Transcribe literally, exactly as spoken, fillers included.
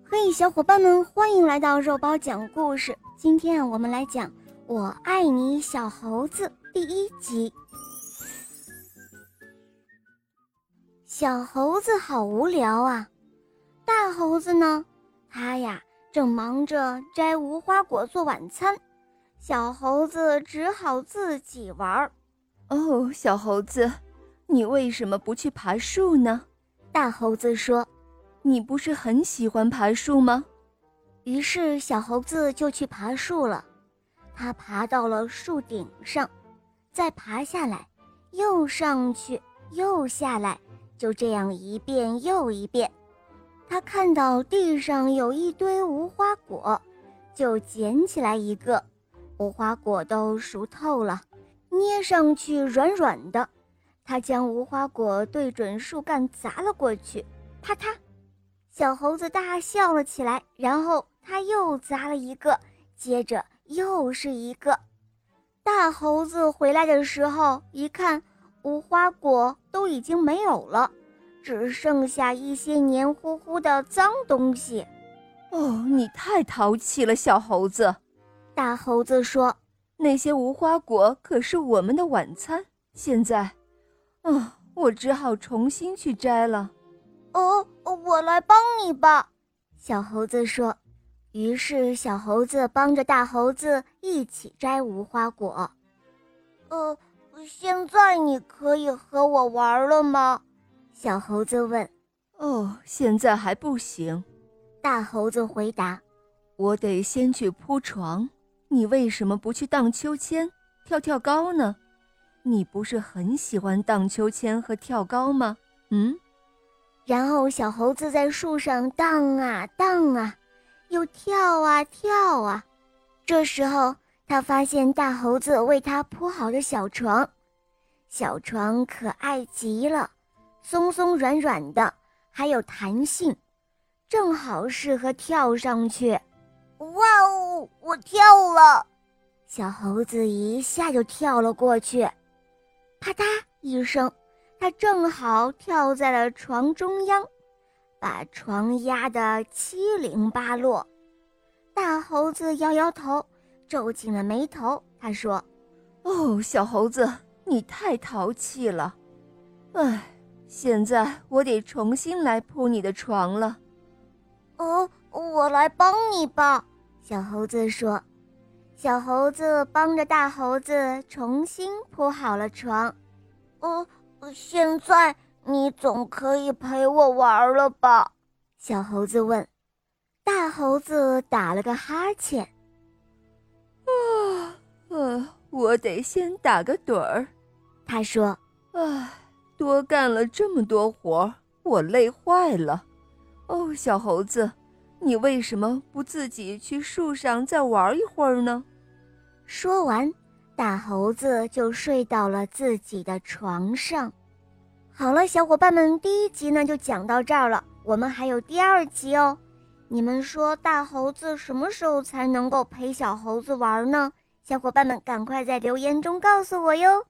嘿，小伙伴们，欢迎来到肉包讲故事。今天我们来讲《我爱你小猴子》第一集。小猴子好无聊啊，大猴子呢，他呀正忙着摘无花果做晚餐，小猴子只好自己玩。 哦，小猴子，你为什么不去爬树呢？ 大猴子说。 你不是很喜欢爬树吗？ 于是小猴子就去爬树了。他爬到了树顶上，再爬下来，又上去，又下来，就这样一遍又一遍。他看到地上有一堆无花果，就捡起来一个。无花果都熟透了，捏上去软软的。他将无花果对准树干砸了过去，啪嗒！小猴子大笑了起来，然后他又砸了一个，接着又是一个。大猴子回来的时候，一看无花果都已经没有了，只剩下一些黏糊糊的脏东西。 哦，你太淘气了，小猴子。 大猴子说， 那些无花果可是我们的晚餐，现在，哦，我只好重新去摘了。 哦，我来帮你吧，小猴子说。于是小猴子帮着大猴子一起摘无花果。呃，现在你可以和我玩了吗？小猴子问。 哦，现在还不行。 大猴子回答。 我得先去铺床，你为什么不去荡秋千、跳跳高呢？你不是很喜欢荡秋千和跳高吗？嗯？ 然后小猴子在树上荡啊荡啊，又跳啊跳啊。这时候他发现大猴子为他铺好的小床，小床可爱极了，松松软软的，还有弹性，正好适合跳上去。哇哦，我跳了！小猴子一下就跳了过去，啪嗒一声，他正好跳在了床中央，把床压得七零八落。大猴子摇摇头，皱紧了眉头，他说： 哦，小猴子，你太淘气了。唉，现在我得重新来铺你的床了。 哦，我来帮你吧，小猴子说。小猴子帮着大猴子重新铺好了床。哦，现在你总可以陪我玩了吧？小猴子问。大猴子打了个哈欠。 啊，呃，我得先打个盹儿。 他说。 唉，多干了这么多活，我累坏了。哦，小猴子，你为什么不自己去树上再玩一会儿呢？ 说完，大猴子就睡到了自己的床上。好了，小伙伴们，第一集呢就讲到这儿了，我们还有第二集哦。你们说大猴子什么时候才能够陪小猴子玩呢？小伙伴们赶快在留言中告诉我哟。